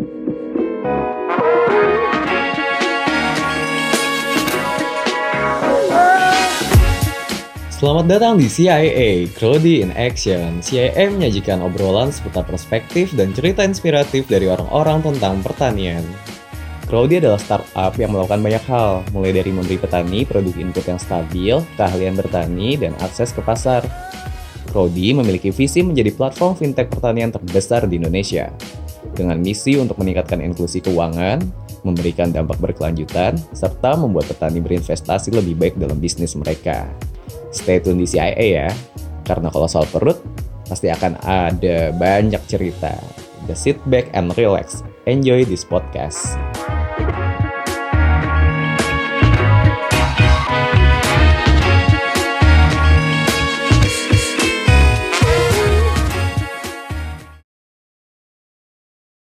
Selamat datang di CIA, Crowdy in Action. CIA menyajikan obrolan seputar perspektif dan cerita inspiratif dari orang-orang tentang pertanian. Crowdy adalah startup yang melakukan banyak hal, mulai dari memberi petani produk input yang stabil, keahlian bertani, dan akses ke pasar. Crowdy memiliki visi menjadi platform fintech pertanian terbesar di Indonesia, dengan misi untuk meningkatkan inklusi keuangan, memberikan dampak berkelanjutan, serta membuat petani berinvestasi lebih baik dalam bisnis mereka. Stay tune di CIA ya, karena kalau soal perut, pasti akan ada banyak cerita. Just sit back and relax. Enjoy this podcast.